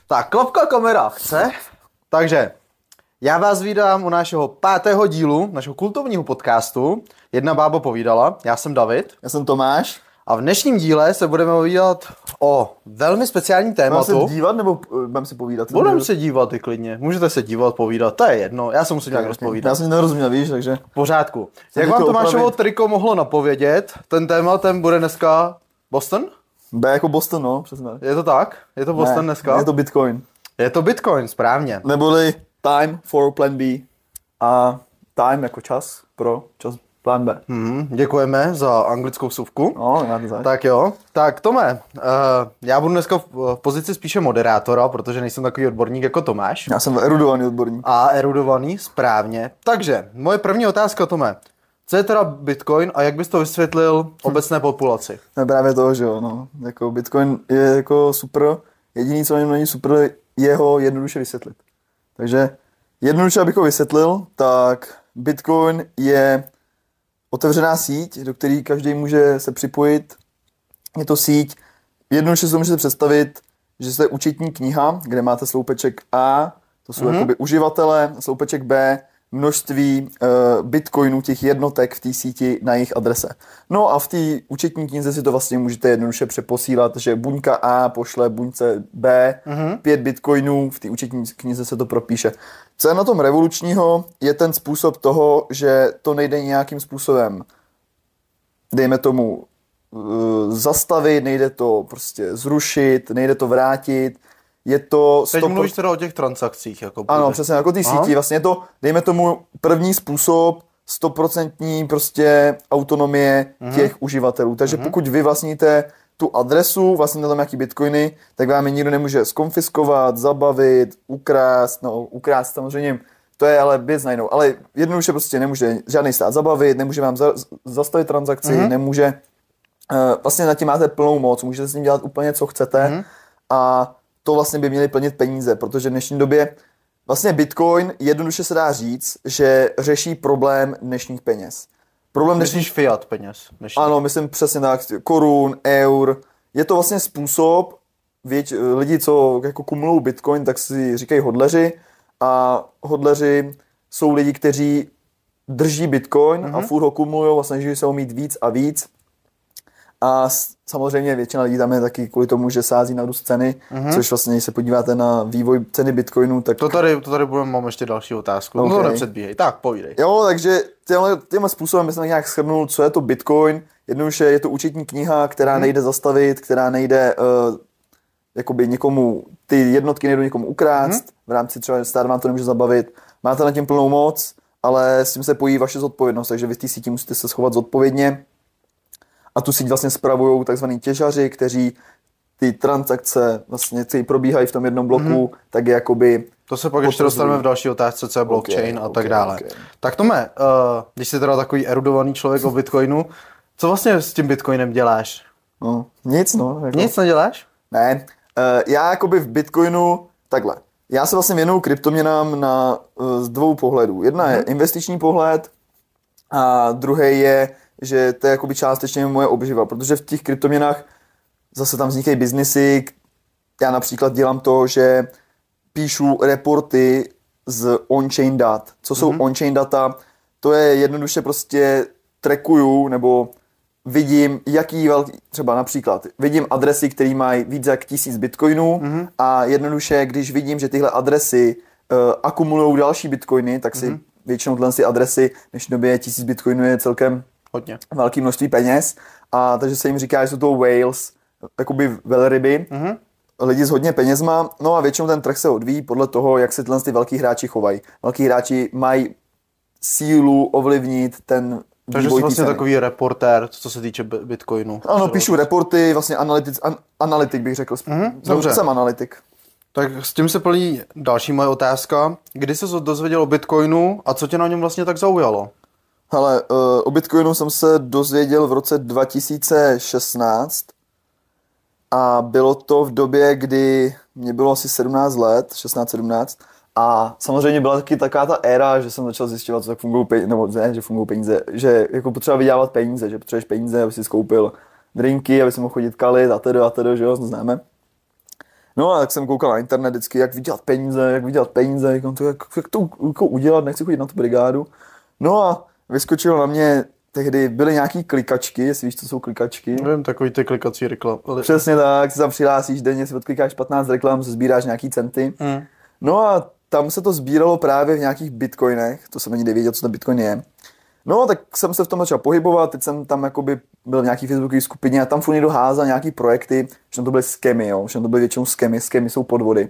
Tak, klapka kamera chce. Takže já vás vítám u našeho 5. dílu, našeho kultovního podcastu. Jedna bába povídala, já jsem David. Já jsem Tomáš. A v dnešním díle se budeme povídat o velmi speciálním tématu. Mám se dívat nebo mám si povídat? Budeme se dívat i klidně. Můžete se dívat, povídat, to je jedno. Já se musím nějak rozpovídat. Já jsem nerozuměl, víš, takže... V pořádku. Jak vám Tomášovo triko mohlo napovědět, ten tématem bude dneska Boston? B jako Boston, no, přesně. Je to tak? Je to Boston dneska? Je to Bitcoin. Je to Bitcoin, správně. Neboli time for plan B a time jako čas pro čas plán B. Děkujeme za anglickou vsuvku. No, máte zač. Tak jo. Tak Tome, já budu dneska v pozici spíše moderátora, protože nejsem takový odborník jako Tomáš. Já jsem erudovaný odborník. A erudovaný, správně. Takže, moje první otázka, Tome. Co je teda Bitcoin a jak bys to vysvětlil obecné populaci? No právě toho, že jo, no. Jako Bitcoin je jako super. Jediný, co na něm není super, je ho jednoduše vysvětlit. Takže jednoduše, abych ho vysvětlil, tak Bitcoin je otevřená síť, do které každý může se připojit. Je to síť, jednoduše si můžete představit, že jste účetní kniha, kde máte sloupeček A, to jsou jakoby uživatelé, sloupeček B, množství bitcoinů, těch jednotek v té síti na jejich adrese. No a v té účetní knize si to vlastně můžete jednoduše přeposílat, že buňka A pošle buňce B 5 bitcoinů, v té účetní knize se to propíše. Co je na tom revolučního, je ten způsob toho, že to nejde nějakým způsobem, dejme tomu, zastavit, nejde to prostě zrušit, nejde to vrátit. Je to... Teď mluvíš teda o těch transakcích. Jako ano, přesně, jako ty síti. Vlastně je to, dejme tomu, první způsob 100% prostě autonomie těch uživatelů. Takže pokud vy vlastníte tu adresu, vlastníte tam nějaký bitcoiny, tak vám je nikdo nemůže zkonfiskovat, zabavit, ukrást. No, ukrást samozřejmě, to je ale věc na jinou. Ale jednoduše prostě nemůže žádný stát zabavit, nemůže vám zastavit transakci, nemůže... Vlastně nad tím máte plnou moc, můžete s ním dělat úplně, co chcete a to vlastně by měly plnit peníze, protože v dnešní době vlastně Bitcoin jednoduše se dá říct, že řeší problém dnešních peněz. Problém dnešních fiat peněz. Ano, myslím přesně tak, korun, eur. Je to vlastně způsob, lidi, co jako kumulují Bitcoin, tak si říkají hodleři a hodleři jsou lidi, kteří drží Bitcoin a furt ho kumulují, vlastně snaží se ho mít víc a víc. A samozřejmě většina lidí tam je taky kvůli tomu, že sází na růst ceny, což vlastně, když se podíváte na vývoj ceny Bitcoinu, tak... To tady mám ještě další otázku. Okay. No to nepředbíhej, tak povídej. Jo, takže tímhle způsobem jsem nějak shrnul, co je to Bitcoin. Jednoduše je to účetní kniha, která nejde zastavit, která nejde jakoby někomu, ty jednotky nejdou někomu ukrást, v rámci třeba stát vám to nemůže zabavit. Máte na tím plnou moc, ale s tím se pojí vaše zodpovědnost, takže vy v té síti musíte se schovat zodpovědně. A tu síť vlastně spravují takzvaný těžaři, kteří ty transakce vlastně probíhají v tom jednom bloku, tak je jakoby... To se pak ještě dostaneme v další otázce, co je blockchain a tak dále. Tak Tome, když jsi teda takový erudovaný člověk o Bitcoinu, co vlastně s tím Bitcoinem děláš? No, nic, no. Jako... Nic neděláš? Ne, já jakoby v Bitcoinu, takhle, já se vlastně věnuju kryptoměnám z dvou pohledů. Jedna je investiční pohled a druhý je, že to je jakoby částečně moje obživa, protože v těch kryptoměnách zase tam vznikají biznisy. Já například dělám to, že píšu reporty z on-chain dat. Co jsou on-chain data? To je jednoduše prostě trackuju nebo vidím, jaký velký, třeba například, vidím adresy, které mají víc jak 1000 bitcoinů a jednoduše, když vidím, že tyhle adresy akumulují další bitcoiny, tak si většinou tyhle adresy, v dnešní době 1000 bitcoinů je celkem hodně velké množství peněz, a takže se jim říká, že jsou to whales, jakoby velryby, lidi s hodně penězma, no a většinou ten trh se odvíjí podle toho, jak se tyhle ty velký hráči chovají. Velký hráči mají sílu ovlivnit ten takže jsi vlastně takový reportér, co se týče Bitcoinu. Ano, píšu reporty, vlastně analytik bych řekl. Dobře. Jsem analytik. Tak s tím se plní další moje otázka. Kdy jsi se dozvěděl o Bitcoinu a co tě na něm vlastně tak zaujalo? Hele, o Bitcoinu jsem se dozvěděl v roce 2016 a bylo to v době, kdy mě bylo asi 17 let, 16-17, a samozřejmě byla taky taková ta éra, že jsem začal zjišťovat, co tak fungují peníze, nebo ne, že fungují peníze, že jako potřeba vydělávat peníze, že potřebuješ peníze, aby si skoupil drinky, aby si mohl chodit kalit a tedy, že jo, známe. No a tak jsem koukal na internet vždycky, jak vydělat peníze, jak to jako udělat, nechci chodit na tu brigádu. No a vyskočilo na mě, tehdy byly nějaký klikačky, jestli víš, co jsou klikačky. Nevím, takový ty klikací reklamy. Přesně tak, si tam přihlásíš denně, si odklikáš 15 reklam, sbíráš nějaký centy. No a tam se to sbíralo právě v nějakých bitcoinech, to jsem ani nevěděl, co ten bitcoin je. No, tak jsem se v tom začal pohybovat, teď jsem tam jakoby byl v nějaký facebookové skupině a tam furt někdo házal nějaký projekty, že to byly skemy, jo, že to byly většinou skemy jsou podvody.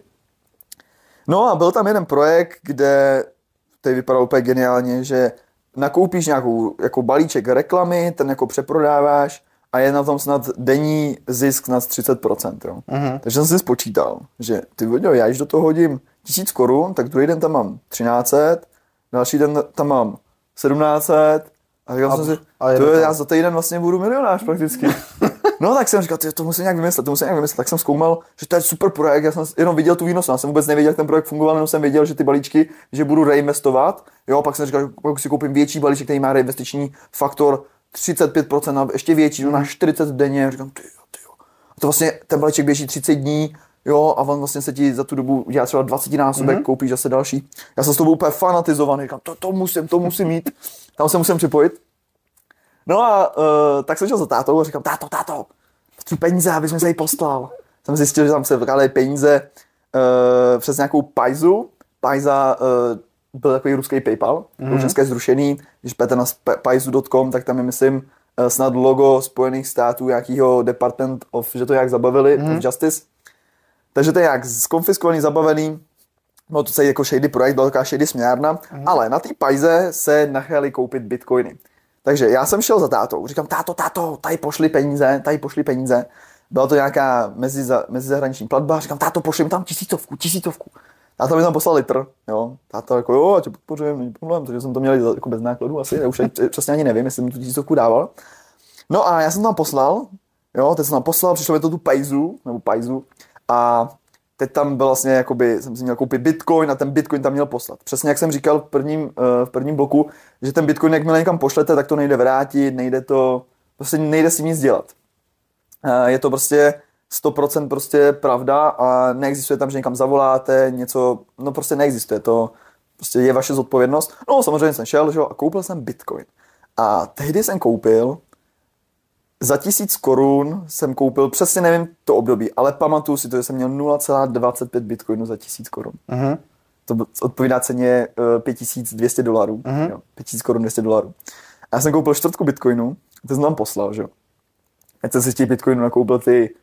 No a byl tam jeden projekt, kde to vypadalo úplně geniálně, že nakoupíš nějakou jako balíček reklamy, ten jako přeprodáváš a je na tom snad denní zisk na 30%, jo. Takže jsem si spočítal, že ty vodňo, já když do toho hodím 1000 korun, tak druhý den tam mám 1300, další den tam mám 1700 a říkal jsem si, já za týden vlastně budu milionář prakticky. No tak jsem říkal, to musím nějak vymyslet, tak jsem zkoumal, že to je super projekt, já jsem jenom viděl tu výnosnost, já jsem vůbec nevěděl, jak ten projekt fungoval, jenom jsem věděl, že ty balíčky, že budu reinvestovat, jo, pak jsem říkal, pokud si koupím větší balíček, který má reinvestiční faktor 35% a ještě větší, no na 40 denně, říkám, tyjo. A to vlastně ten balíček běží 30 dní, jo, a on vlastně se ti za tu dobu dělá třeba 20násobek, koupíš zase další. Já jsem s toho úplně fanatizovaný, říkám, to musím mít, tam se musím připojit. No a tak jsem šel za tátou a říkám, táto, potřebuji peníze, abys mi se jí poslal. Jsem zjistil, že tam se vkládají peníze přes nějakou Paizu. Paiza byl takový ruský PayPal, už dneska je zrušený. Když půjdete na paizu.com, tak tam je, myslím, snad logo Spojených států, nějakýho Department of, že to jak zabavili, of Justice. Takže to je jak zkonfiskovaný, zabavený. No to celý jako shady projekt, byla taková shady směnárna, ale na té Paize se nacháli koupit bitcoiny. Takže já jsem šel za tátou, říkám, táto, tady pošli peníze. Byla to nějaká mezizahraniční platba, říkám, táto, pošli mi tam tisícovku. Táta mi tam poslal litr, jo. Táta jako, jo, já tě podpořím, není problém, takže jsem to měl jako bez nákladů asi, já už přesně ani nevím, jestli mi tu tisícovku dával. No a já jsem tam poslal, přišlo mi to tu Paizu, a teď tam byl vlastně, jakoby, jsem si měl koupit bitcoin a ten bitcoin tam měl poslat. Přesně jak jsem říkal v prvním bloku, že ten bitcoin, jakmile někam pošlete, tak to nejde vrátit, nejde s tím nic dělat. Je to prostě 100% prostě pravda a neexistuje tam, že někam zavoláte, něco, no prostě neexistuje, to prostě je vaše zodpovědnost. No samozřejmě jsem šel, že jo, a koupil jsem bitcoin. A tehdy jsem koupil za 1000 korun jsem koupil, přesně nevím to období, ale pamatuju si to, že jsem měl 0,25 bitcoinu za 1000 korun. To odpovídá ceně $5200. Jo, 5000 korun, $200. A já jsem koupil čtvrtku bitcoinu, to jsem tam poslal, že jo. Ať jsem si z těch bitcoinů nakoupil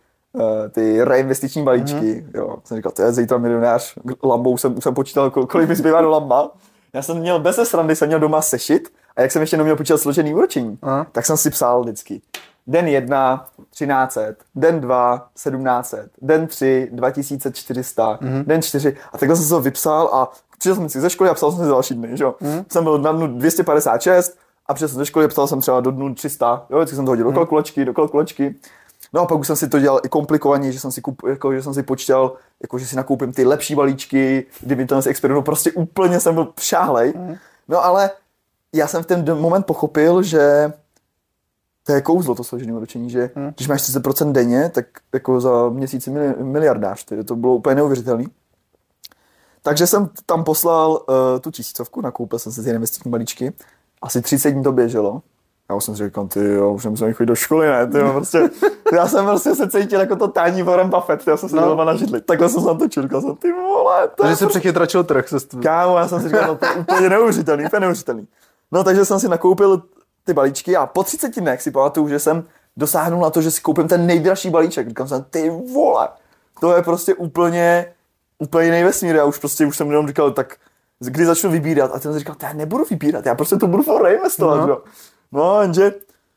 ty reinvestiční balíčky, jo. Jsem říkal, to je zítra milionář, Lambou jsem počítal, kolik mi zbývá do Lamba. Já jsem měl bez srandy, jsem měl doma sešit a jak jsem ještě neměl počítat složený úročení, tak jsem si psal vždycky. Den 1, 1300, den 2, 1700, den 3, 2400, den 4 a takhle jsem se to vypsal a přišel jsem si ze školy a psal jsem si další dny, že jo. Jsem byl na dnu 256 a přišel jsem ze školy a psal jsem třeba do dnu 300, jo, vždycky jsem to hodil do kalkulačky. No a pak už jsem si to dělal i komplikovaně, že jsem si počítal, jako, že si nakoupím ty lepší balíčky, kdyby ten experiment, prostě úplně jsem byl šáhlej. No ale já jsem v ten moment pochopil, že to je kouzlo, to složené úročení, že když máš 30% denně, tak jako za měsíc miliardář, to bylo úplně neuvěřitelný. Takže jsem tam poslal tu 1000, nakoupil jsem si ty investiční balíčky, asi 30 dní to běželo. Já už jsem si říkal, už nemusím chodit do školy, ne, prostě, já jsem prostě se cítil jako to tání Warren Buffett, já jsem se doma na židli, takhle jsem se na to čil, říkal jsem, ty vole, to takže jsi přechytračil trh. Kámo, já jsem si říkal, no to je úplně neuvěřitelný. No takže jsem si nakoupil ty balíčky a po 30 dnech si pamatuju, že jsem dosáhnul na to, že si koupím ten nejdražší balíček, říkal jsem, ty vole, to je prostě úplně jiný vesmír, já už jsem jenom říkal, tak kdy začnu vybírat a ten si říkal, já nebudu vybírat, já prostě to budu reinvestovat, jo. No, jenže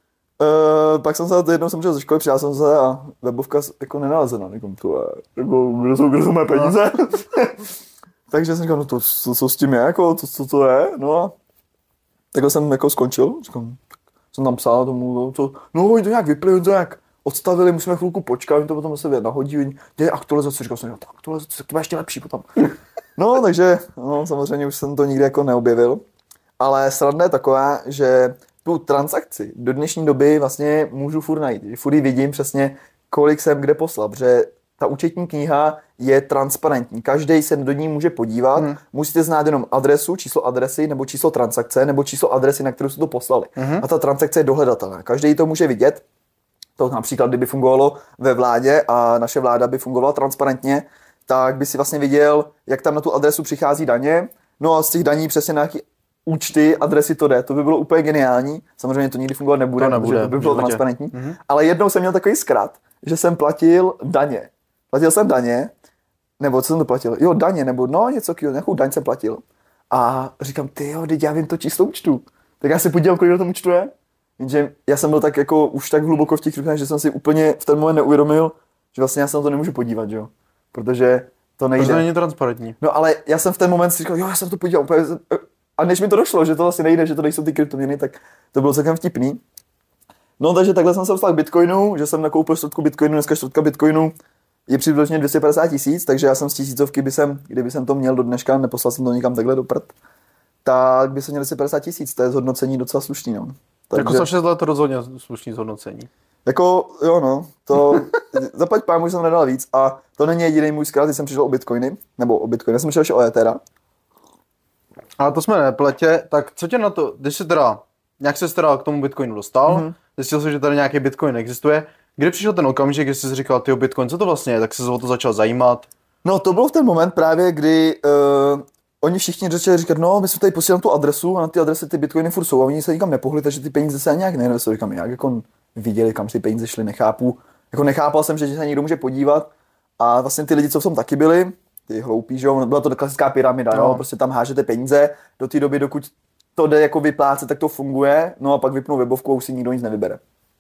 pak jsem se jednou přišel ze školy, přijel jsem se a webovka jako nenalezena. Říkám, kde jsou moje peníze? Takže jsem říkal, no to, co s tím je, jako, co to je? No a takhle jsem jako skončil. Říkám, jsem tam psal tomu, oni to nějak vypli, oni to nějak odstavili, musíme chvilku počkat, oni to potom se nahodí, děje aktualizace. Říkal jsem, ta aktualizace, to bude ještě lepší potom. No, takže samozřejmě už jsem to nikdy jako neobjevil. Ale sranda je taková, že tu transakci do dnešní doby vlastně můžu furt najít. Furt vidím přesně, kolik jsem kde poslal, protože ta účetní kniha je transparentní. Každý se do ní může podívat. Musíte znát jenom adresu, číslo adresy, nebo číslo transakce, nebo číslo adresy, na kterou jste to poslali. A ta transakce je dohledatelná. Každý to může vidět. To například, kdyby fungovalo ve vládě a naše vláda by fungovala transparentně, tak by si vlastně viděl, jak tam na tu adresu přichází daně. No a z těch daní přesně na nějaký účty, adresy to jde. To by bylo úplně geniální. Samozřejmě to nikdy fungovat nebude, protože to by bylo transparentní. Ale jednou jsem měl takový zkrat, že jsem platil daně. Platil jsem daně, nebo co jsem to platil? Jo, daně, nebo no něco, nějakou daň jsem platil. A říkám, tyjo, teď já vím to číslo účtu. Tak já se podívám, kolik na tom účtu je. Jenže já jsem byl tak jako už tak hluboko v těch rukách, že jsem si úplně v ten moment neuvědomil, že vlastně já se na to nemůžu podívat, že jo. Protože to nejde. Protože to není transparentní. No ale já jsem v ten moment si říkal, jo, já jsem to podíval úplně. A než mi to došlo, že to vlastně nejde, že to nejsou ty kryptoměny, tak to bylo celkem vtipný. No takže takhle jsem se dostal k Bitcoinu, že jsem nakoupil čtvrtku Bitcoinu, dneska čtvrtka Bitcoinu je přibližně 250 000, takže já jsem z tisícovky, kdyby jsem to měl do dneška, neposlal jsem to nikam takhle do prd, tak by jsem měl 250 000, to je zhodnocení docela slušný, no. Takže... Jako za 6 let to rozhodně slušný zhodnocení. Jako, jo no, to zaplať pámu, že jsem nedal víc a to není jediný můj zkrát, když jsem přišel o Bitcoiny, nebo o Bitcoiny, já jsem přišel ještě o Ethera. Ale to jsme nepletě, tak co tě na to, když jsi teda, nějak se teda k tomu Bitcoinu dostal, zjistil jsi, že tady nějaký Bitcoin existuje, kdy přišel ten okamžik, kdy jsi říkal, tyjo, Bitcoin, co to vlastně je, tak se o to začal zajímat? No to bylo v ten moment právě, kdy oni všichni začali říkat, no my jsme tady posílali tu adresu a na ty adresy ty Bitcoiny furt jsou a oni se nikam nepohli, takže ty peníze se nějak neinvestují, říkám, jak jako viděli, kam ty peníze šly, nechápu. Jako nechápal jsem, že se někdo může podívat a vlastně ty lidi, co v tom taky byli, ty hloupí, že jo, byla to klasická pyramida, no. Jo, prostě tam hážete peníze do té doby, dokud to jde jako vyplácet, tak to funguje, no a pak vypnou webovku a už si nikdo nic nevybere.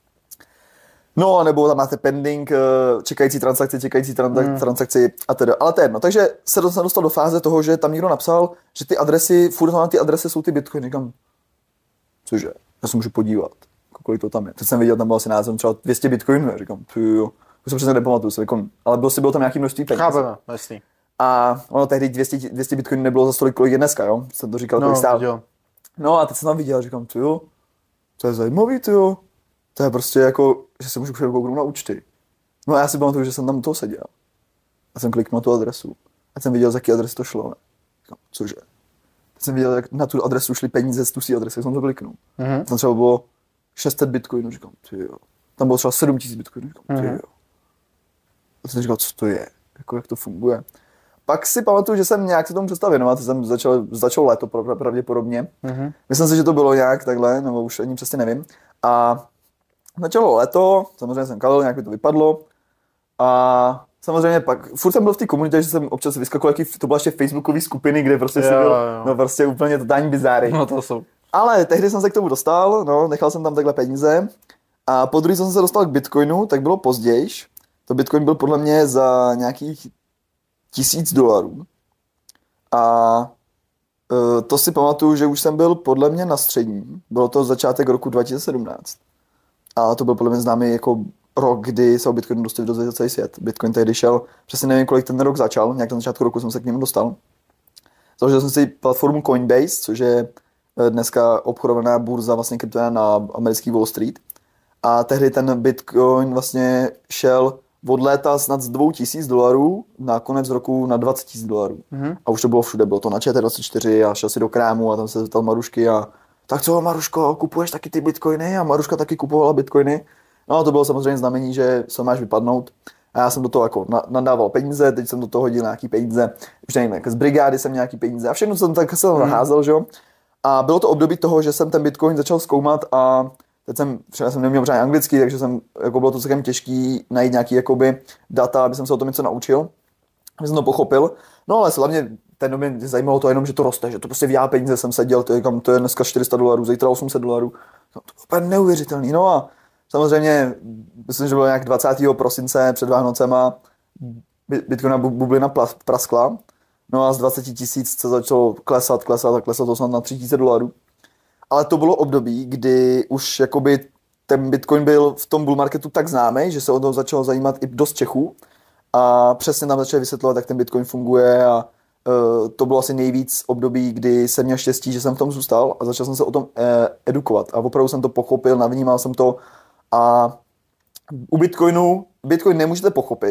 No, nebo tam máte pending, čekající transakci a teda. Ale to je jedno. Takže se dostal do fáze toho, že tam někdo napsal, že ty adresy, furt na ty adresy jsou ty bitcoiny. Říkám, cože, já se můžu podívat, kolik to tam je. Teď jsem viděl, tam bylo asi názor třeba 200 bitcoinů. Já říkám, jo, už jsem přesně nepamatuju, ale bylo tam nějaký množství peněz. Chápeme, jasný. A ono tehdy 200 bitcoinů nebylo za stolik, kolik je dneska, jo? Jsem to říkal, kolik stál. Jo. No a teď jsem tam viděl, říkám, jo, to je zajímavý, jo. To je prostě jako, že se můžu kouknout na účty. No a já si pamatuju, že jsem tam u toho seděl. A jsem kliknul na tu adresu. A jsem viděl, z jaký adresy to šlo. Říkám, cože? Teď jsem viděl, jak na tu adresu šly peníze z tu adresy, jsem to kliknul. Tam třeba bylo 600 bitcoinů, říkám, tyjo. Tam bylo třeba 7000 bitcoinů, říkám, tyjo. A jsem říkal, co to je? Jako, jak to funguje? Pak si pamatuju, že jsem nějak se tomu přestal věnovat, jsem začal léto pravděpodobně. Myslím si, že to bylo nějak takhle, nebo už ani přesně nevím. A začalo léto, samozřejmě jsem kalil, nějak mi to vypadlo. A samozřejmě pak, furt jsem byl v té komunitě, že jsem občas vyskakoval, to byla ještě facebookové skupiny, kde prostě si byl, no prostě úplně totální bizáry. No to jsou. Ale tehdy jsem se k tomu dostal, no, nechal jsem tam takhle peníze. A po druhé jsem se dostal k Bitcoinu, tak bylo pozdějiš. To Bitcoin byl podle mě za nějakých $1000. A to si pamatuju, že už jsem byl podle mě na střední. Bylo to začátek roku 2017. A to byl podle mě známý jako rok, kdy se o Bitcoinu dostal do celý svět. Bitcoin tehdy šel, přesně nevím, kolik ten rok začal, nějak na začátku roku jsem se k němu dostal. Založil jsem si platformu Coinbase, což je dneska obchodovaná burza vlastně kryptoměna na americký Wall Street. A tehdy ten Bitcoin vlastně šel od léta snad z $2000 na konec roku na $20,000. A už to bylo všude, bylo to na ČT24 a šel si do krámu a tam se zeptal Marušky a tak co, Maruško, kupuješ taky ty bitcoiny? A Maruška taky kupovala bitcoiny. No a to bylo samozřejmě znamení, že se máš vypadnout. A já jsem do toho jako nadával peníze, teď jsem do toho hodil nějaký peníze, už nevím, z brigády jsem nějaký peníze a všechno jsem tak se naházel, že jo. A bylo to období toho, že jsem ten bitcoin začal zkoumat a teď jsem neměl pořádně anglicky, takže jako bylo to celkem těžký najít nějaký jakoby data, aby jsem se o tom něco naučil, aby jsem to pochopil. No ale hlavně ten době zajímalo to jenom, že to roste, že to prostě vydělá peníze, jsem seděl, to je dneska $400, zítra $800. To bylo úplně neuvěřitelný. No a samozřejmě, myslím, že bylo nějak 20. prosince před Vánocema, Bitcoina bublina praskla. No a z 20 000 se začalo klesat a klesat to snad na $3000. Ale to bylo období, kdy už jakoby ten Bitcoin byl v tom bull marketu tak známý, že se o to začalo zajímat i dost Čechů. A přesně tam začali vysvětlovat, jak ten Bitcoin funguje a to bylo asi nejvíc období, kdy jsem měl štěstí, že jsem v tom zůstal a začal jsem se o tom edukovat. A opravdu jsem to pochopil, navnímal jsem to a u Bitcoin nemůžete pochopit,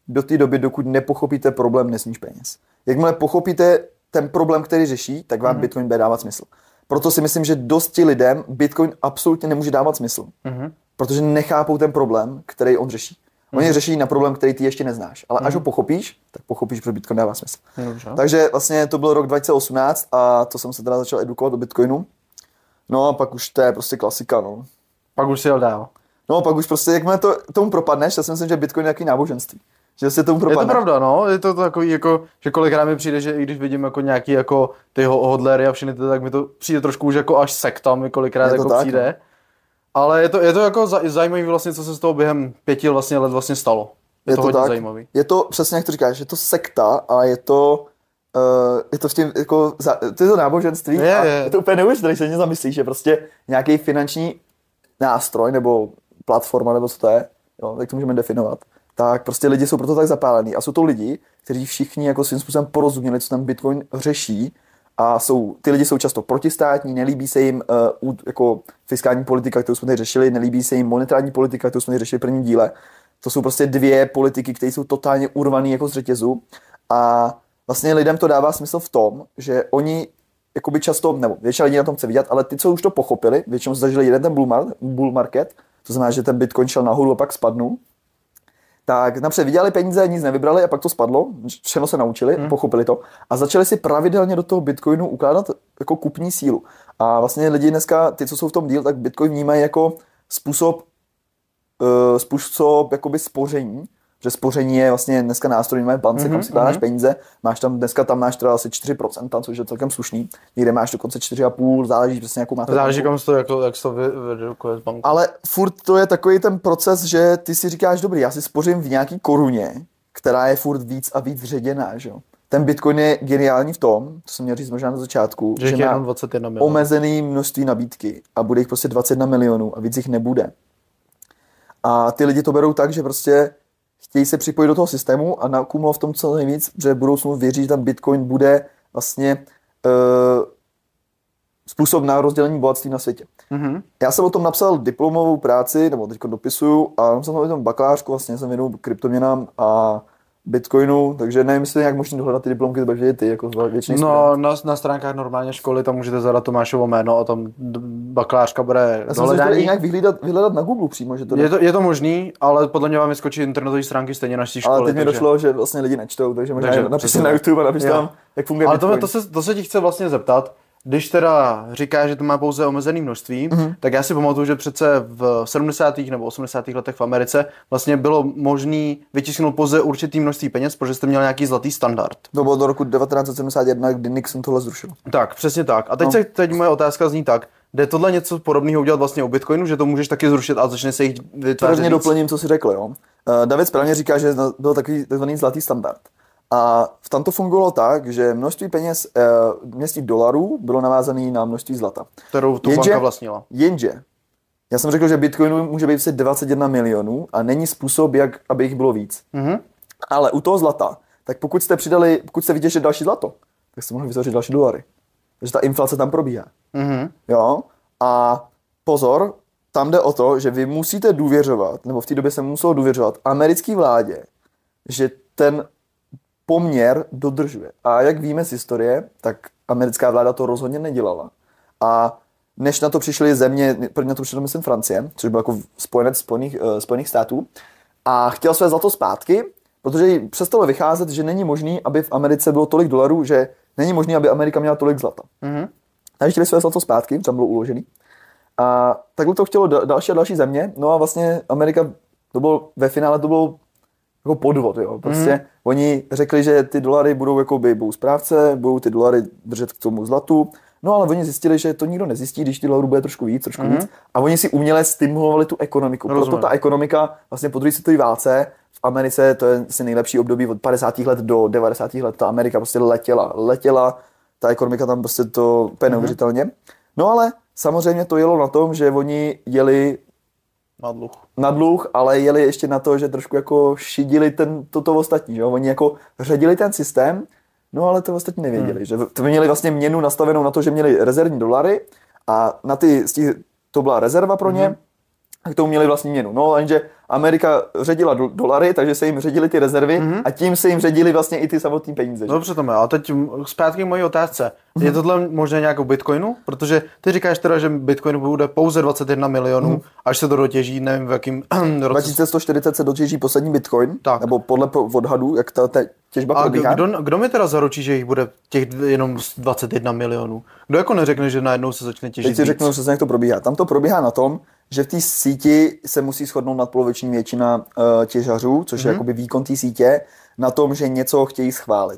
do té doby, dokud nepochopíte problém, nesníš peněz. Jakmile pochopíte ten problém, který řeší, tak vám Bitcoin bude dávat smysl. Proto si myslím, že dosti lidem Bitcoin absolutně nemůže dávat smysl. Protože nechápou ten problém, který on řeší. Oni řeší na problém, který ty ještě neznáš. Ale až ho pochopíš, tak pochopíš, že Bitcoin dává smysl. Takže vlastně to byl rok 2018 a to jsem se teda začal edukovat o Bitcoinu. No a pak už to je prostě klasika, no. Pak už si jel dál. No pak už prostě, jakmile tomu propadneš, já si myslím, že Bitcoin je nějaký náboženství. Že se tomu propadne. Je to pravda, no. Je to takový, jako, že kolikrát mi přijde, že i když vidím jako nějaký jako ty hodlery a všechny ty, tak mi to přijde trošku už jako až sekta mi kolikrát jako tak, přijde. No. Ale je to jako zajímavý vlastně, co se z toho během 5 vlastně let vlastně stalo. Je to hodně tak zajímavý. Je to přesně, jak to říkáš, je to sekta a je to v tím, jako, to je to náboženství je to úplně neuvěřitelné, když se zamyslíš, že prostě nějaký finanční nástroj nebo platforma, nebo co to je, jo, jak to můžeme definovat, tak prostě lidi jsou proto tak zapálení a jsou to lidi, kteří všichni jako svým způsobem porozuměli, co ten Bitcoin řeší a ty lidi jsou často protistátní, nelíbí se jim jako fiskální politika, kterou jsme tady řešili, nelíbí se jim monetární politika, kterou jsme tady řešili v prvním díle. To jsou prostě dvě politiky, které jsou totálně urvané jako z řetězu a vlastně lidem to dává smysl v tom, že oni jakoby často, nebo většina lidí na tom chce vidět, ale ty, co už to pochopili, většinou zažili jeden ten bull market, to znamená, že ten Bitcoin šel nahoru a pak spadnul, tak napřed vydělali peníze, nic nevybrali a pak to spadlo, všechno se naučili, pochopili to a začali si pravidelně do toho Bitcoinu ukládat jako kupní sílu. A vlastně lidi dneska, ty, co jsou v tom díl, tak Bitcoin vnímají jako způsob jakoby spoření, že spoření je vlastně dneska nástroj, máme bance, kam si kládáš peníze, dneska tam máš teda asi 4%, což je celkem slušný, někde máš dokonce 4,5%, záleží přesně jakou máte. Záleží, kam to, jak to vydrukuje z banky. Ale furt to je takový ten proces, že ty si říkáš, dobrý, já si spořím v nějaký koruně, která je furt víc a víc ředěná, že jo. Ten Bitcoin je geniální v tom, to jsem měl říct možná na začátku, že má 21 omezený množství nabídky a bude jich prostě 21 milionů a víc jich nebude. A ty lidi to berou tak, že prostě chtějí se připojit do toho systému a nakumulovat v tom co nejvíc, že v budoucnu věří, že tam Bitcoin bude vlastně způsob na rozdělení bohatství na světě. Já jsem o tom napsal diplomovou práci, nebo teď dopisuju, a jsem o tom bakalářku, vlastně jsem věnuju kryptoměnám a Bitcoinu, takže nevím, jestli je nějak možný dohledat ty diplomky, to budeš vědět ty, jako většiný student. No, na stránkách normálně školy, tam můžete zadat Tomášovo jméno a tam bakalářka bude dohledání. Já jsem nějak vyhledat na Google přímo, že to je to možný, ale podle mě vám vyskočí internetové stránky stejně naší školy. Ale teď mi došlo, že vlastně lidi nečtou, takže možná napište na YouTube a napište tam, jak funguje Bitcoin. Ale to se ti chce vlastně zeptat. Když teda říká, že to má pouze omezené množství, tak já si pamatuju, že přece v 70. nebo 80. letech v Americe vlastně bylo možné vytisknout pouze určitý množství peněz, protože jste měl nějaký zlatý standard. To bylo do roku 1971, kdy Nixon tohle zrušil. Tak, přesně tak. A teď moje otázka zní tak, jde tohle něco podobného udělat vlastně u Bitcoinu, že to můžeš taky zrušit a začne se jich vytvářet? Prvně doplním, co jsi řekl, jo. David správně říká, že byl takový takzvaný zlatý standard. A tam to fungovalo tak, že množství peněz, množství dolarů bylo navázané na množství zlata. Kterou tu banka vlastnila. Jenže, já jsem řekl, že Bitcoinu může být 21 milionů a není způsob, jak aby jich bylo víc. Ale u toho zlata, tak pokud jste vytěžili další zlato, tak jste mohli vytvořit další dolary. Takže ta inflace tam probíhá. Jo? A pozor, tam jde o to, že vy musíte důvěřovat, nebo v té době se muselo důvěřovat americké vládě, že ten poměr dodržuje. A jak víme z historie, tak americká vláda to rozhodně nedělala. A než na to přišly země, první na to přišla, myslím, Francie, což byl jako spojenec Spojených států, a chtěl své zlato zpátky, protože jí přestalo vycházet, že není možný, aby v Americe bylo tolik dolarů, že není možný, aby Amerika měla tolik zlata. Takže chtěli své zlato zpátky, tam bylo uložený. A takhle to chtělo další a další země. No a vlastně Amerika, ve finále to bylo jako podvod, jo. Prostě oni řekli, že ty dolary budou správce, budou ty dolary držet k tomu zlatu. No ale oni zjistili, že to nikdo nezjistí, když ty dolarů bude trošku víc. A oni si uměle stimulovali tu ekonomiku. Proto ta ekonomika vlastně po druhé světové válce v Americe, to je asi nejlepší období od 50. let do 90. let, ta Amerika prostě letěla, ta ekonomika tam prostě to úplně neuvěřitelně. No ale samozřejmě to jelo na tom, že oni jeli na dluh, ale jeli ještě na to, že trošku jako šidili toto ostatní, že? Oni jako ředili ten systém, no ale to ostatní nevěděli, že to měli vlastně měnu nastavenou na to, že měli rezervní dolary a to byla rezerva pro ně a k tomu měli vlastní měnu. No, jenže Amerika ředila dolary, takže se jim ředily ty rezervy a tím se jim ředily vlastně i ty samotné peníze. Dobře, Tome, a teď zpátky k mojí otázce. Je tohle možné nějakou Bitcoinu? Protože ty říkáš teda, že Bitcoin bude pouze 21 milionů, až se to dotěží, nevím v jakým roce. 2140 se dotěží poslední Bitcoin, tak. Nebo podle odhadu, jak ta těžba probíhá. A kdo mi teda zaručí, že jich bude těch jenom 21 milionů? Kdo jako neřekne, že najednou se začne těžit? Teď si řeknu přesně, jak to probíhá. Tam to probíhá na tom, že v té síti se musí shodnout nadpoloviční většina těžařů, což je jakoby výkon té sítě, na tom, že něco chtějí schválit.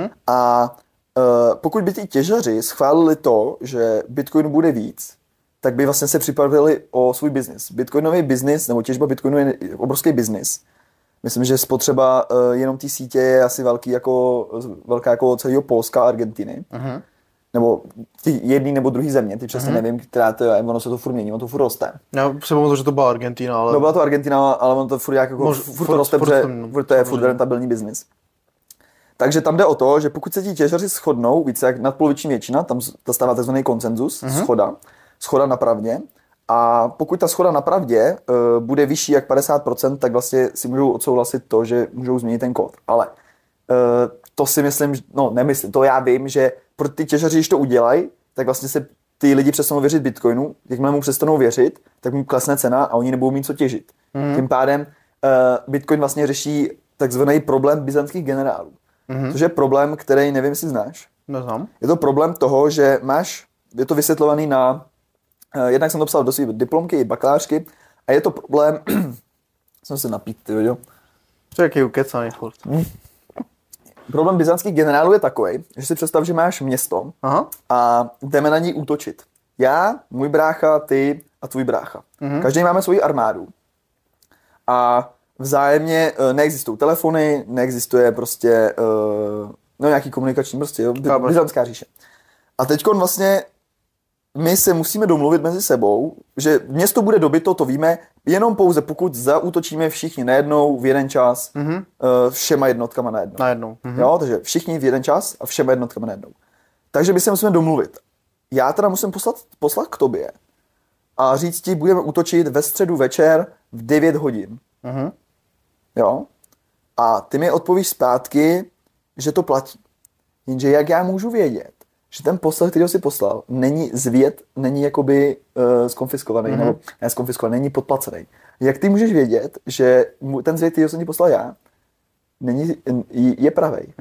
A pokud by ti těžaři schválili to, že Bitcoin bude víc, tak by vlastně se připravili o svůj biznis. Bitcoinový biznis, nebo těžba Bitcoinu je obrovský biznis. Myslím, že spotřeba jenom té sítě je asi velká jako celého Polska a Argentiny. Nebo ty jedný nebo druhý země, ty přesně nevím, která to je, ono se to furt mění, ono to furt roste. Já si pamatuju, že to byla Argentina, ale... No byla to Argentina, ale ono to furt jako furt roste, furt to je furt rentabilní biznis. Takže tam jde o to, že pokud se ti těžaři shodnou, více jak nadpoloviční většina, tam stává tzv. Konsenzus, schoda na pravdě. A pokud ta schoda na pravdě bude vyšší jak 50%, tak vlastně si můžou odsouhlasit to, že můžou změnit ten kód. Ale to si myslím, nemyslím, to já vím, že pro ty těžaři, když to udělají, tak vlastně se ty lidi přestanou věřit Bitcoinu, jakmile mu přestanou věřit, tak mu klesne cena a oni nebudou mít co těžit. Tím pádem Bitcoin vlastně řeší takzvaný problém byzantských generálů. Což je problém, který nevím, jestli znáš. Neznám. Je to problém toho, že je to vysvětlovaný jednak jsem to psal do své diplomky i bakalářky a je to problém, jsem se napít, ty viděl? Jaký ukecaný furt. Problém byzantských generálů je takový, že si představ, že máš město a jdeme na ní útočit. Já, můj brácha, ty a tvůj brácha. Každý máme svoji armádu. A vzájemně neexistují telefony, neexistuje prostě nějaký komunikační byzantská říše. A teďkon vlastně my se musíme domluvit mezi sebou, že město bude dobyto, to víme, jenom pouze pokud zaútočíme všichni najednou v jeden čas všema jednotkama najednou. Jo, takže všichni v jeden čas a všema jednotkama najednou. Takže my se musíme domluvit. Já teda musím poslat k tobě a říct ti, budeme útočit ve středu večer v 9 hodin. Jo? A ty mi odpovíš zpátky, že to platí. Jenže jak já můžu vědět, že ten poslech, který ho si poslal, není zvět, není jakoby skonfiskovaný, nebo ne skonfiskovaný, není podplacený. Jak ty můžeš vědět, že ten zvět, který jsem ti poslal já, je pravej.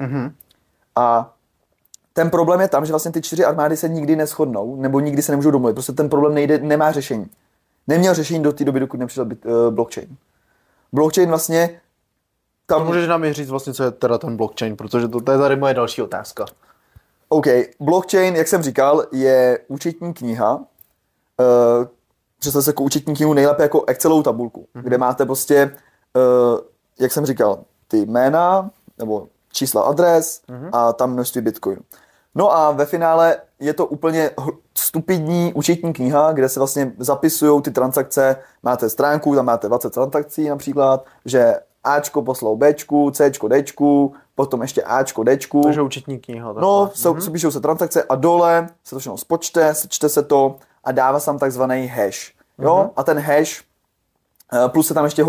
A ten problém je tam, že vlastně ty 4 armády se nikdy neshodnou, nebo nikdy se nemůžou domluvit. Prostě ten problém nemá řešení. Neměl řešení do té doby, dokud nepřišel blockchain. Blockchain vlastně tam... Můžeš nám říct vlastně, co je teda ten blockchain, protože to je tady moje další otázka. OK, blockchain, jak jsem říkal, je účetní kniha. Představte se jako účetní knihu nejlépe jako Excelovou tabulku, kde máte prostě, jak jsem říkal, ty jména, nebo čísla adres a tam množství bitcoinu. No a ve finále je to úplně stupidní účetní kniha, kde se vlastně zapisují ty transakce. Máte stránku, tam máte 20 transakcí například, že Ačko poslal Bčku, Cčko Dčku, potom ještě Ačko Dčku. Takže účetní kniha. No, píšou se transakce a dole se to všechno spočte, sečte se to a dává se tam takzvaný hash. Jo? A ten hash plus se tam ještě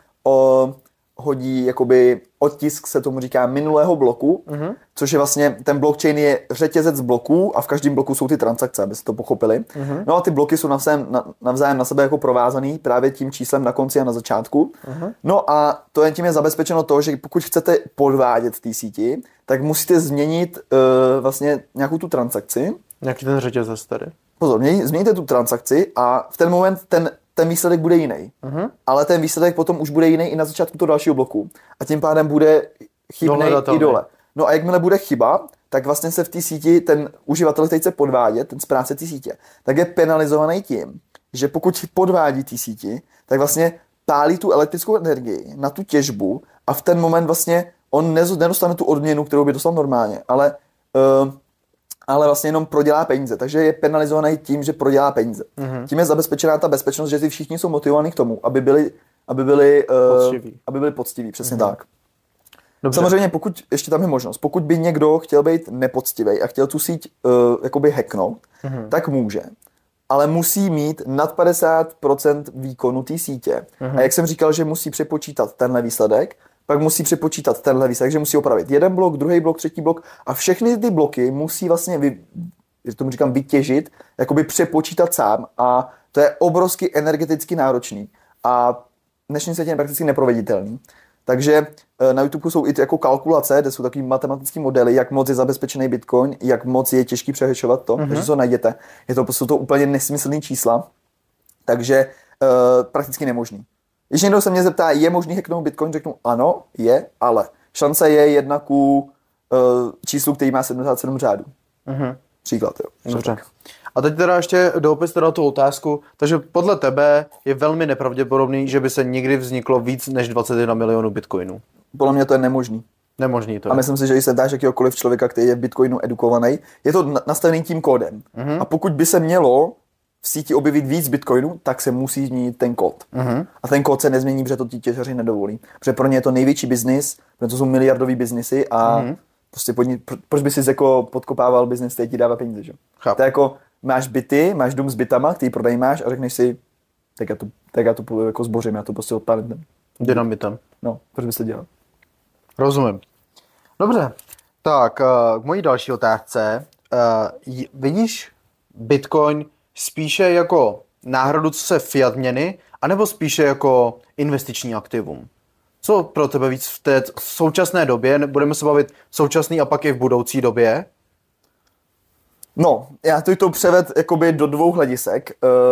hodí jakoby otisk, se tomu říká, minulého bloku, což je vlastně, ten blockchain je řetězec bloků a v každém bloku jsou ty transakce, abyste to pochopili. No a ty bloky jsou navzájem na sebe jako provázaný právě tím číslem na konci a na začátku. No a tím je zabezpečeno to, že pokud chcete podvádět v té síti, tak musíte změnit vlastně nějakou tu transakci. Jaký ten řetězec tedy? Pozor, změníte tu transakci a v ten moment ten výsledek bude jiný. Ale ten výsledek potom už bude jiný i na začátku toho dalšího bloku. A tím pádem bude chybnej i dole. No a jakmile bude chyba, tak vlastně se v té síti ten uživatel, který chce podvádět, ten správce té sítě, tak je penalizovaný tím, že pokud podvádí té síti, tak vlastně pálí tu elektrickou energii na tu těžbu a v ten moment vlastně on nedostane tu odměnu, kterou by dostal normálně, ale vlastně jenom prodělá peníze. Takže je penalizovaný tím, že prodělá peníze. Tím je zabezpečená ta bezpečnost, že ty všichni jsou motivovaní k tomu, aby byli poctiví. Přesně tak. Dobře. Samozřejmě, pokud ještě tam je možnost, pokud by někdo chtěl být nepoctivý a chtěl tu síť jakoby hacknout, tak může. ale musí mít nad 50% výkonu té sítě. A jak jsem říkal, že musí přepočítat tenhle výsledek, pak musí přepočítat tenhle výsledek, že musí opravit jeden blok, druhý blok, třetí blok a všechny ty bloky musí vlastně, tomu říkám, vytěžit, jakoby přepočítat sám a to je obrovsky energeticky náročný a v dnešním světě je prakticky neproveditelný. Takže na YouTube jsou i jako kalkulace, kde jsou takový matematický modely, jak moc je zabezpečený Bitcoin, jak moc je těžký přehešovat to, takže to najděte. Jsou to úplně nesmyslný čísla, takže prakticky nemožný. Když někdo se mě zeptá, je možný hacknout Bitcoin, řeknu ano, je, ale šance je 1 ku číslu, který má 77 řádů. Příklad, jo. Dobře. A teď teda ještě doupis teda tu otázku, takže podle tebe je velmi nepravděpodobný, že by se nikdy vzniklo víc než 21 milionů bitcoinů. Podle mě to je nemožný. Nemožný to. A myslím si, že když se dáš jakýhokoliv člověka, který je v Bitcoinu edukovaný, je to nastavený tím kódem. A pokud by se mělo v síti objevit víc Bitcoinů, tak se musí změnit ten kód. A ten kód se nezmění, protože to ti těžaři nedovolí. Protože pro ně je to největší biznis, protože to jsou miliardový biznisy a prostě proč by si jako podkopával biznis, který ti dává peníze, že? To je jako máš byty, máš dům s bytama, který pronajímáš a řekneš si, tak já to jako zbořím, já to prostě odpálím. Dynamitem. No, proč bys to dělal? Rozumím. Dobře, tak k mojí další otázce. Vidíš Bitcoin spíše jako náhradu, co se fiat měny, anebo spíše jako investiční aktivum? Co pro tebe víc v té současné době, budeme se bavit v současné a pak i v budoucí době? No, já to převed jakoby do dvou hledisek.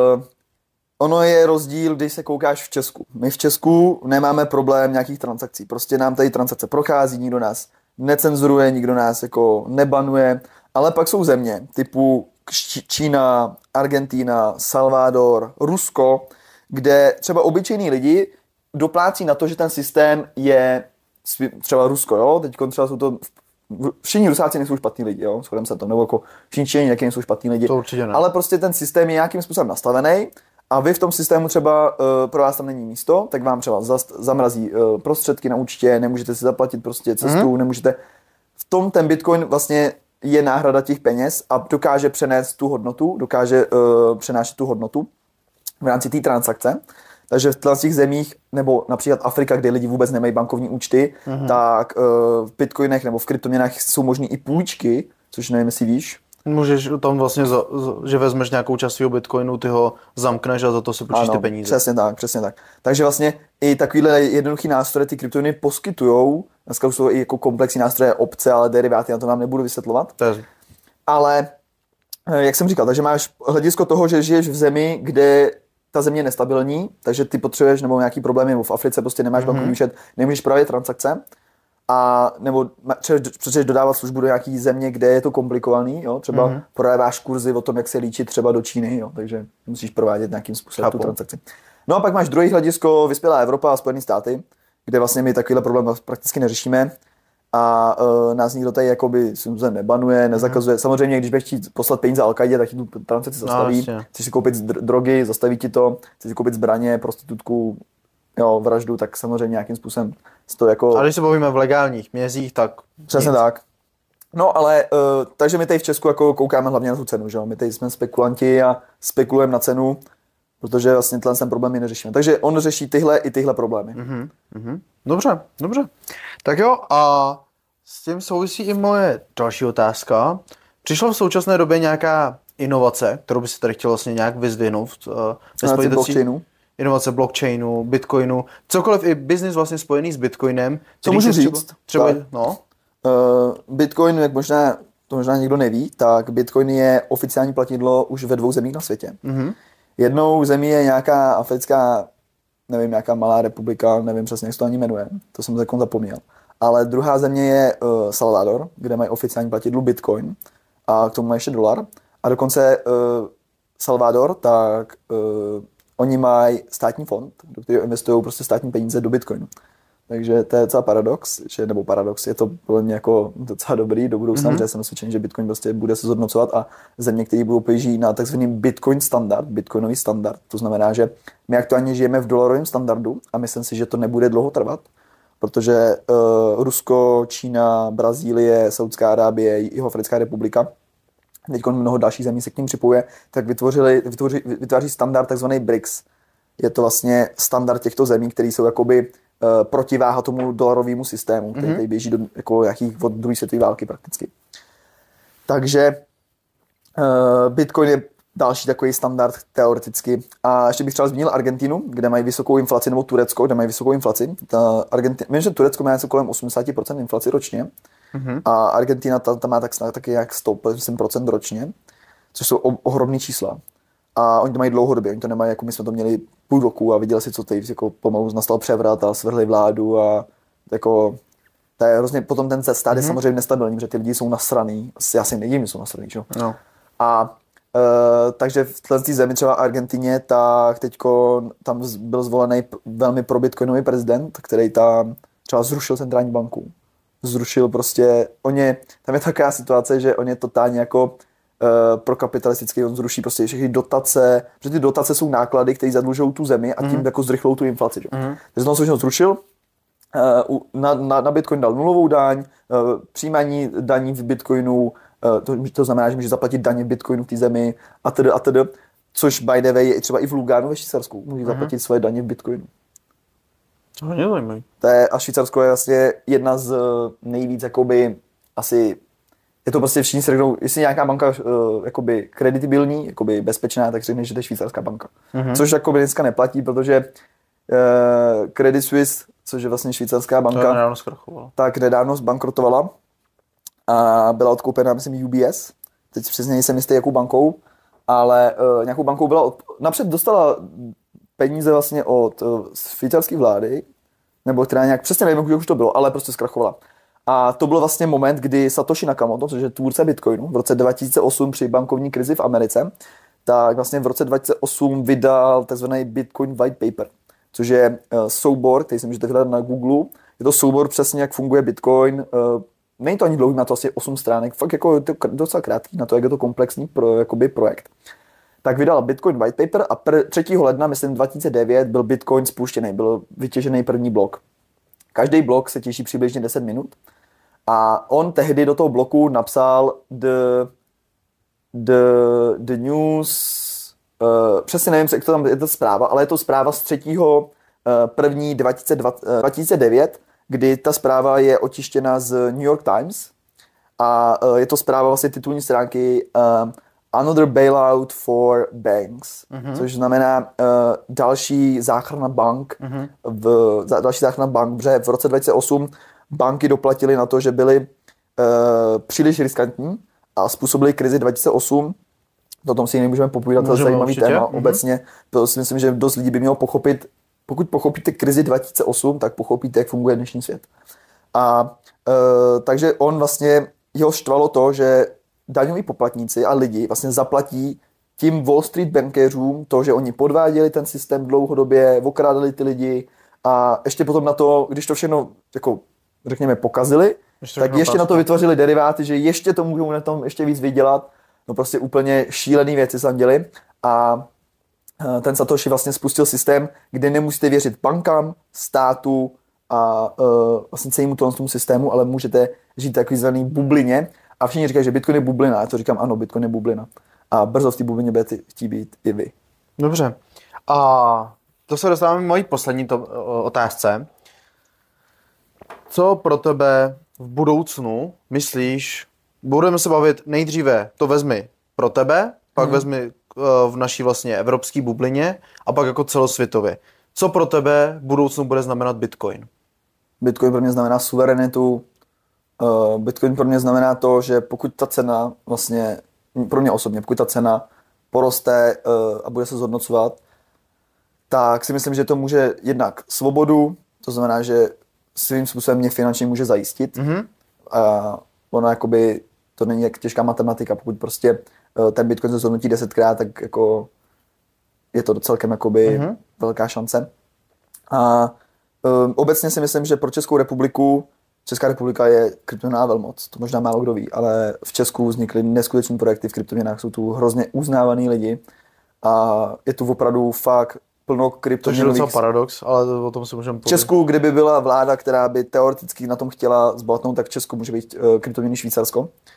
Ono je rozdíl, když se koukáš v Česku. My v Česku nemáme problém nějakých transakcí. Prostě nám tady transakce prochází, nikdo nás necenzuruje, nikdo nás jako nebanuje. Ale pak jsou země typu Čína, Argentina, Salvador, Rusko, kde třeba obyčejní lidi doplácí na to, že ten systém je třeba Rusko, jo? Teď třeba jsou to všichni Rusáci nejsou špatní lidi, jo? Shodem se to, nebo jako všichni Číňani nějaký nejsou špatní lidi. To určitě ne. Ale prostě ten systém je nějakým způsobem nastavený a vy v tom systému třeba pro vás tam není místo, tak vám třeba zamrazí prostředky na účtě, nemůžete si zaplatit prostě cestu, nemůžete. V tom ten Bitcoin vlastně je náhrada těch peněz a dokáže přenést tu hodnotu, dokáže přenášet tu hodnotu v rámci té transakce. Takže v těch zemích, nebo například Afrika, kde lidi vůbec nemají bankovní účty, tak v bitcoinech nebo v kryptoměnách jsou možný i půjčky, což nevím, jestli víš. Můžeš tam vlastně, že vezmeš nějakou část svého bitcoinu, ty ho zamkneš a za to si počíš ty peníze. Přesně tak. Takže vlastně i takovýhle jednoduchý nástroje ty kryptoměny poskytujou. Dneska už jsou i jako komplexní nástroje, opce, ale deriváty, na to vám nebudu vysvětlovat. Ale jak jsem říkal, takže máš hledisko toho, že žiješ v zemi, kde ta země je nestabilní, takže ty potřebuješ nebo nějaký problémy, nebo v Africe prostě nemáš bankovní účet, nemůžeš provádět transakce, a nebo chceš dodávat službu do nějaký země, kde je to komplikovaný, jo? Třeba prodáváš kurzy o tom, jak se líčit třeba do Číny, jo? Takže musíš provádět nějakým způsobem tu transakci. No a pak máš druhý hledisko, vyspělá Evropa a Spojené státy, kde vlastně my takovýhle problém prakticky neřešíme a nás nikdo tady jakoby nebanuje, nezakazuje. Samozřejmě, když budeš chtít poslat peníze Al-Qaidě, tak ti tu transakci zastaví. Chceš si koupit drogy, zastaví ti to, chceš si koupit zbraně, prostitutku, jo, vraždu, tak samozřejmě nějakým způsobem to jako... Ale když se bavíme v legálních mězích, tak... Přesně tak. No ale, takže my tady v Česku jako koukáme hlavně na tu cenu, že jo? My tady jsme spekulanti a spekulujeme na cenu, protože vlastně ten problém my neřešíme. Takže on řeší i tyhle problémy. Dobře. Tak jo, a s tím souvisí i moje další otázka. Přišla v současné době nějaká inovace, kterou by si tady chtěl vlastně nějak vyzdvihnout? Blockchainu. Inovace blockchainu, bitcoinu, cokoliv i biznis vlastně spojený s bitcoinem. Co můžu říct? Třeba no? Bitcoin, jak možná někdo neví, tak Bitcoin je oficiální platidlo už ve 2 zemích na světě. Jednou zemí je nějaká africká, nevím, nějaká malá republika, nevím přesně, jak se to ani jmenuje, to jsem takhle zapomněl. Ale druhá země je Salvador, kde mají oficiální platidlo Bitcoin a k tomu mají ještě dolar. A dokonce Salvador, tak oni mají státní fond, do kterého investují prostě státní peníze do Bitcoinu. Takže to je docela paradox, je to pro mě jako docela dobrý do budoucna, protože jsem přesvědčený, že Bitcoin prostě bude se zhodnocovat a země, které budou použít na takzvaný Bitcoin standard, bitcoinový standard. To znamená, že my aktuálně žijeme v dolarovém standardu a myslím si, že to nebude dlouho trvat, protože Rusko, Čína, Brazílie, Saudská Arábie, Jihoafrická republika teď mnoho dalších zemí se k ním připojuje, tak vytváří standard takzvaný BRICS. Je to vlastně standard těchto zemí, které jsou jakoby protiváha tomu dolarovému systému, který tady běží do jako nějakých od druhé světové války prakticky. Takže Bitcoin je další takový standard teoreticky. A ještě bych třeba zmínil Argentinu, kde mají vysokou inflaci, nebo Turecko, kde mají vysokou inflaci. Vím, že Turecko má něco kolem 80% inflaci ročně. A Argentina tam má taky jak 100% ročně, což jsou ohromné čísla. A oni to mají dlouhodobě, oni to nemají, jako my jsme to měli půl roku a viděli si, co tady jako pomalu nastal převrat a svrhli vládu a jako to je hrozně, potom ten stát je samozřejmě nestabilní, protože ty lidi jsou nasraný, já si nedivím, že jsou nasraný, čo? No. A takže v této zemi třeba Argentině, tak teďko tam byl zvolený velmi probitcoinový prezident, který tam třeba zrušil centrální banku. Zrušil prostě, tam je taková situace, že on je totálně jako prokapitalistický, on zruší prostě všechny dotace, protože ty dotace jsou náklady, které zadlužují tu zemi a tím jako zrychlou tu inflaci. Takže znovu všechno zrušil, na Bitcoin dal nulovou daň, přijímání daní v Bitcoinu, to znamená, že může zaplatit daně v Bitcoinu v té zemi a tedy, což by the way je třeba i v Lugánu ve Švýcarsku, může zaplatit svoje daně v Bitcoinu. To je zajímavý. A Švýcarsko je vlastně jedna z nejvíc jakoby asi je to prostě všichni si řeknou, jestli nějaká banka jakoby kreditibilní, jakoby bezpečná, tak řekneš, že to je švýcarská banka. Což jakoby dneska neplatí, protože Credit Suisse, což je vlastně švýcarská banka, tak nedávno zbankrotovala a byla odkoupena, myslím, UBS. Teď přesně nejsem jistý, jakou bankou, ale nějakou bankou napřed dostala peníze vlastně od švýcarské vlády, nebo která nějak, přesně nevím, jak už to bylo, ale prostě zkrachovala. A to byl vlastně moment, kdy Satoshi Nakamoto, což je tvůrce Bitcoinu, v roce 2008 při bankovní krizi v Americe, tak vlastně v roce 2008 vydal tzv. Bitcoin White Paper, což je soubor, který si můžete vyhledat na Google. Je to soubor přesně, jak funguje Bitcoin. Není to ani dlouhý, má to asi 8 stránek, fakt jako je to docela krátký na to, jak je to komplexní projekt. Tak vydal Bitcoin White Paper a 3. ledna, myslím 2009, byl Bitcoin spuštěný, byl vytěžený první blok. Každý blok se těží přibližně 10 minut. A on tehdy do toho bloku napsal the news, přesně nevím, jak to tam je to zpráva, ale je to zpráva z 3.1.2009, kdy ta zpráva je otištěna z New York Times a je to zpráva vlastně titulní stránky Another Bailout for Banks, což znamená další záchrana bank, protože v roce 2008 banky doplatily na to, že byly příliš riskantní a způsobily krizi 2008. O tom si nemůžeme popovídat, to je zajímavý téma. Obecně to si myslím, že dost lidí by mělo pochopit, pokud pochopíte krizi 2008, tak pochopíte, jak funguje dnešní svět. A takže on vlastně, jeho štvalo to, že daňoví poplatníci a lidi vlastně zaplatí tím Wall Street bankéřům to, že oni podváděli ten systém dlouhodobě, okrádali ty lidi a ještě potom na to, když to všechno jako řekněme pokazili, tak ještě na to vytvořili deriváty, že ještě to můžou na tom ještě víc vydělat. No prostě úplně šílený věci se tam děli a ten Satoshi vlastně spustil systém, kde nemusíte věřit bankám, státu a vlastně celému tomu systému, ale můžete žít takový zvaný bublině a všichni říkají, že Bitcoin je bublina. Já to říkám, ano, Bitcoin je bublina. A brzo v té bublině budete chtít být i vy. Dobře. A to se dostáváme k mojí poslední otázce. Co pro tebe v budoucnu myslíš, budeme se bavit nejdříve, to vezmi pro tebe, pak vezmi v naší vlastně evropské bublině a pak jako celosvětově. Co pro tebe v budoucnu bude znamenat Bitcoin? Bitcoin pro mě znamená suverenitu. Bitcoin pro mě znamená to, že pokud ta cena vlastně, pro mě osobně, pokud ta cena poroste a bude se zhodnocovat, tak si myslím, že to může jednak svobodu, to znamená, že svým způsobem mě finančně může zajistit. A ono jakoby, to není jak těžká matematika, pokud prostě ten Bitcoin se zhodnotí 10krát, tak jako je to celkem jakoby velká šance. A obecně si myslím, že pro Českou republiku, Česká republika je kryptoměnová velmoc, to možná málo kdo ví, ale v Česku vznikly neskuteční projekty v kryptoměnách, jsou tu hrozně uznávaný lidi a je tu opravdu fakt plno kryptoměnových. To je docela paradox, ale o tom si můžeme povědět. V Česku, kdyby byla vláda, která by teoreticky na tom chtěla zbohatnout, tak v Česku může být kryptoměny Švýcarsko.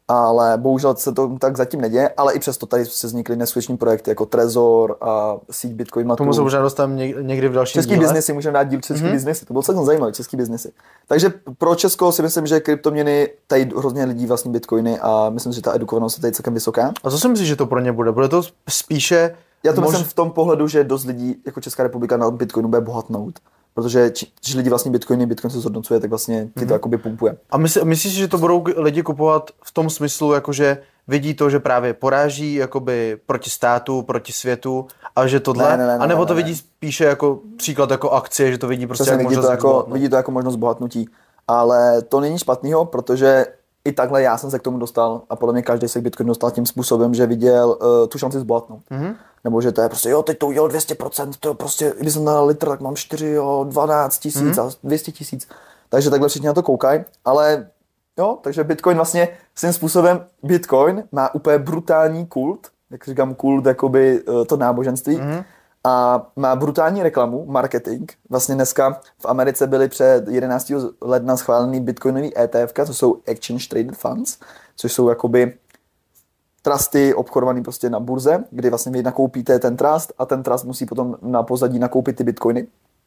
ale bohužel se to tak zatím neděje, ale i přesto tady se vznikly neskutečný projekty jako Trezor a síť Bitcoin Matu. Tomu se možná dostaneme někdy v dalším Český biznesy, můžeme dát díl český biznesy, to bylo celkem zajímavé, český biznesy. Takže pro Česko si myslím, že kryptoměny, tady hrozně lidí vlastní bitcoiny a myslím, že ta edukovanost je tady celkem vysoká. A co si myslíš, že to pro ně bude? Bude to spíše... Já to myslím v tom pohledu, že dost lidí jako Česká republika na bitcoinu bude bohatnout. Protože když lidi vlastní bitcoiny, bitcoin se zhodnocuje, tak vlastně ti to jakoby pumpuje. A myslíš, že to budou lidi kupovat v tom smyslu, jakože vidí to, že právě poráží jakoby proti státu, proti světu a že tohle, anebo to vidí spíše jako příklad jako akcie, že to vidí prostě jako možnost vidí to jako možnost bohatnutí. Ale to není špatného, protože i takhle já jsem se k tomu dostal a podle mě každý se k bitcoinu dostal tím způsobem, že viděl tu šanci zbohatnout. Nebo že to je prostě, jo, teď to udělal 200%, to prostě, když jsem dal litr, tak mám 4, 12 tisíc a 200 tisíc. Takže takhle všichni na to koukají, ale jo, takže Bitcoin vlastně svým způsobem, Bitcoin má úplně brutální kult, jak říkám kult, jakoby to náboženství, a má brutální reklamu, marketing. Vlastně dneska v Americe byly před 11. ledna schválený bitcoinový ETF, to jsou Exchange Traded Funds, což jsou jakoby trusty obchodovaný prostě na burze, kdy vlastně vy nakoupíte ten trust a ten trust musí potom na pozadí nakoupit ty bitcoiny.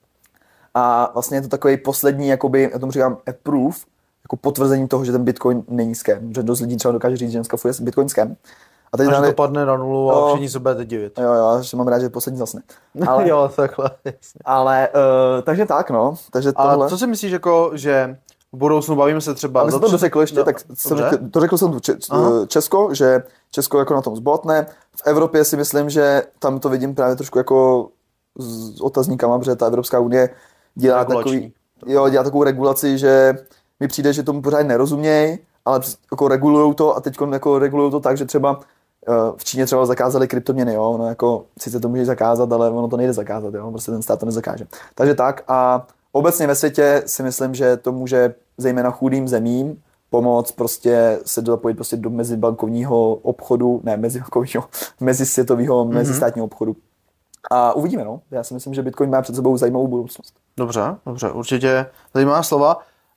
A vlastně je to takový poslední, jakoby, já tomu říkám proof, jako potvrzení toho, že ten bitcoin není scam. Že dost lidí třeba dokáže říct, že dneska je bitcoin scam. A teď to padne na nulu a všichni se budete divit. Jo, že mám rád, že poslední zasne. Ale, jo, takhle, jasně. Ale, takže tak, no. Takže tohle. A co si myslíš, jako, že v budoucnu bavíme se třeba... Aby jsem to dořekl ještě, tak dořekl jsem Česko, že Česko jako na tom zbohatne. V Evropě si myslím, že tam to vidím právě trošku jako s otazníkama, protože ta Evropská unie dělá takovou regulaci, že mi přijde, že tomu pořád nerozumějí, ale jako regulujou to a teď jako regulujou to tak, že třeba v Číně třeba zakázali kryptoměny, jo, no jako sice to může zakázat, ale ono to nejde zakázat, jo, prostě ten stát to nezakáže. Takže tak a obecně ve světě si myslím, že to může zejména chudým zemím pomoct prostě se zapojit prostě do mezibankovního obchodu, ne mezibankovního, mezisvětového, mezistátního obchodu. A uvidíme, no. Já si myslím, že Bitcoin má před sebou zajímavou budoucnost. Dobře, určitě zajímavá slova.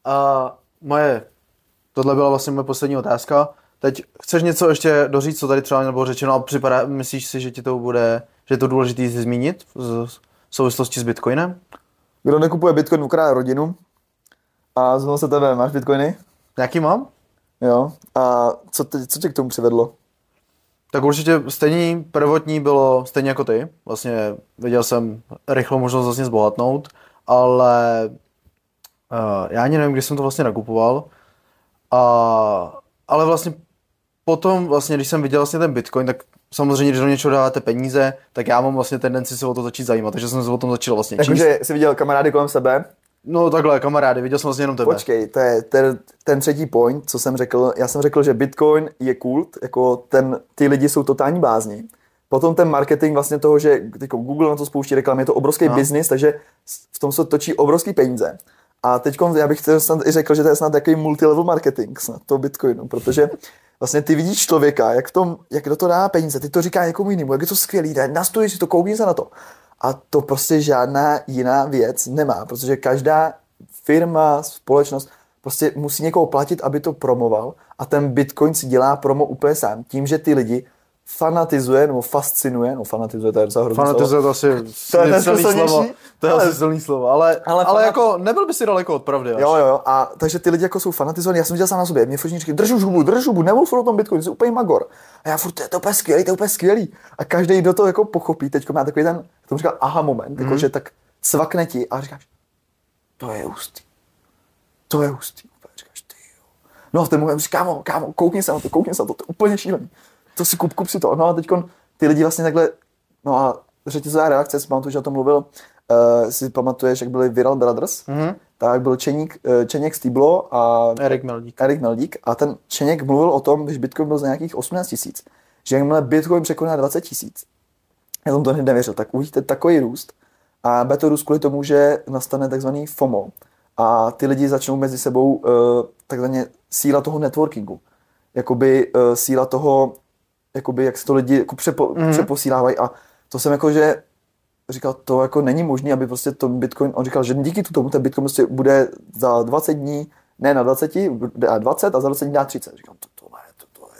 Tohle byla vlastně moje poslední otázka. Teď chceš něco ještě doříct, co tady třeba nebylo řečeno a myslíš si, že ti to bude, že je to důležité si zmínit v souvislosti s Bitcoinem? Kdo nekupuje Bitcoin, ukráje rodinu. A znovu se tebe, máš Bitcoiny? Jaký mám? Jo. A co tě k tomu přivedlo? Tak určitě stejný prvotní bylo stejně jako ty. Vlastně viděl jsem rychlou možnost vlastně zbohatnout, ale já ani nevím, kdy jsem to vlastně nakupoval. Ale vlastně potom, vlastně, když jsem viděl vlastně ten Bitcoin, tak samozřejmě, když do něčeho dáváte peníze, tak já mám vlastně tendenci se o to začít zajímat, takže jsem se o tom začal vlastně číst. Takže jsi viděl kamarády kolem sebe? No takhle, kamarády, viděl jsem vlastně jenom tebe. Počkej, to je ten třetí point, co jsem řekl. Já jsem řekl, že Bitcoin je kult, jako ty lidi jsou totální blázni. Potom ten marketing vlastně toho, že jako Google na to spouští reklamy, je to obrovský biznis, takže v tom se točí obrovský peníze. A teď já bych snad i řekl, že to je snad takový multilevel marketing snad toho Bitcoinu, protože vlastně ty vidíš člověka, jak do toho dá peníze, ty to říká někomu jinému, jak je to skvělý, nastuduj si to, koukni se na to. A to prostě žádná jiná věc nemá, protože každá firma, společnost prostě musí někoho platit, aby to promoval a ten Bitcoin si dělá promo úplně sám, tím, že ty lidi fanatizuje, nebo fascinuje, fanatizuje, to je docela hrozný slovo. Fanatizuje to asi silný slovo. To je asi silný slovo, ale jako nebyl by si daleko od pravdy. Jo, a takže ty lidi jako jsou fanatizovaní, já jsem viděl sám na sobě, mě furt říkají, drž hubu, nemluv o tom Bitcoinu, jsi úplně magor. A já furt, to je úplně skvělý. A každý do toho jako pochopí, teďko má takový ten, tomu říkal aha moment, jako, že tak cvakne ti a říkáš, to je hustý. Říkáš, ty jo. No a v ten moment říkáš, kámo, koukni se na to, to je úplně šílený. To si kup si to. No a teď ty lidi vlastně takhle, no a řetězová reakce, si pamatuju, že o tom mluvil, si pamatuješ, jak byli Viral Brothers, tak byl Čeněk Stýblo a Erik Meldík a ten Čeněk mluvil o tom, když Bitcoin byl za nějakých 18 000, že jakmile Bitcoin překoná 20 000, já jsem to hned nevěřil, tak uvidíte takový růst a bude to růst kvůli tomu, že nastane takzvaný FOMO a ty lidi začnou mezi sebou takzvaně síla toho networkingu, jakoby síla toho, jakoby jak se to lidi jako přeposílávají a to jsem jako, že říkal, to jako není možné, aby prostě to Bitcoin, on říkal, že díky tomu ten Bitcoin prostě bude za 20 dní, ne na 20, bude 20 a za 20 dní dá 30. Říkal,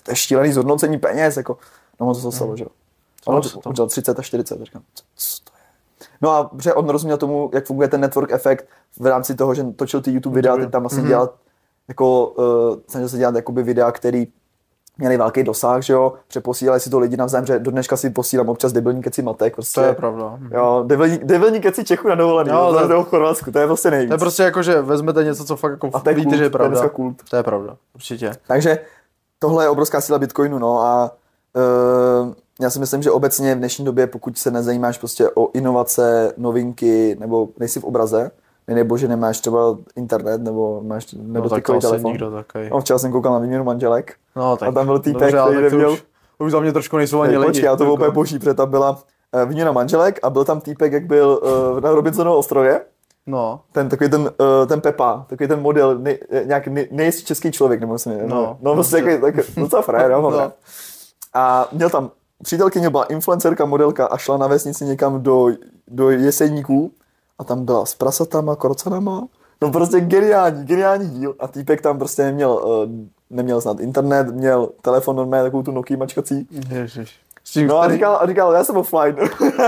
to je šílený zhodnocení peněz, jako, no to se stalo, že jo. On udělal 30 a 40, říkám, co to je? No a protože on rozuměl tomu, jak funguje ten network efekt v rámci toho, že točil ty YouTube videa, teď tam vlastně dělat, jako, snažil se dělat jakoby videa, který měli velký dosah, že jo, přeposílali si to lidi navzájem, že do dneška si posílám občas debilní keci matek, prostě. To je pravda. Jo, debilní keci Čechů na dovolený, v Chorvatsku, to je prostě nejvíc. To je prostě jako, že vezmete něco, co fakt jako víte, že je pravda. To je pravda, určitě. Takže tohle je obrovská síla Bitcoinu, no a já si myslím, že obecně v dnešní době, pokud se nezajímáš prostě o inovace, novinky, nebo nejsi v obraze, nebo že nemáš třeba internet, nebo máš nedotykový telefon. No, včera jsem koukal na výměnu manželek. No, tak, a tam byl týpek, který neměl... Už za mě trošku nejsou ani lidi. Počkej, já to úplně boží, protože tam byla výměna manželek a byl tam týpek, jak byl na Robinsonově ostrově. No. Ten Pepa, takový ten model, nejistý český člověk, nebo myslím. No prostě takový docela frajer, no. A měl tam přítelkyně, byla influencerka, modelka a šla na vesnici někam do Jeseníků a tam byla s prasatama, krocanama. No prostě geniální díl. A týpek tam prostě neměl snad internet, měl telefon normálně, takovou tu Nokia mačkací. Ježiš. No a říkal, já jsem offline.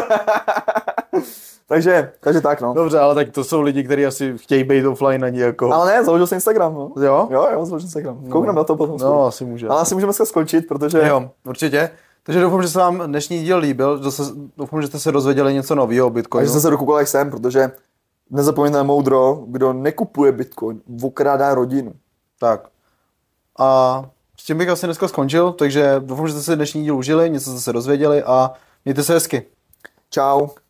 takže tak, no. Dobře, ale tak to jsou lidi, kteří asi chtějí být offline ani jako. Ale ne, založil jsem Instagram, no. Jo? Jo, založil Instagram. Koukneme na to potom. No, asi může. Ale asi můžeme dneska skončit, protože... Jo, určitě. Takže doufám, že se vám dnešní díl líbil, doufám, že jste se dozvěděli něco nového o Bitcoinu. A že jste se dokoukali jak jsem, protože nezapomeňte moudro, kdo nekupuje Bitcoin, okrádá rodinu. Tak. A s tím bych asi dneska skončil, takže doufám, že jste si dnešní díl užili, něco jste se dozvěděli a mějte se hezky. Čau.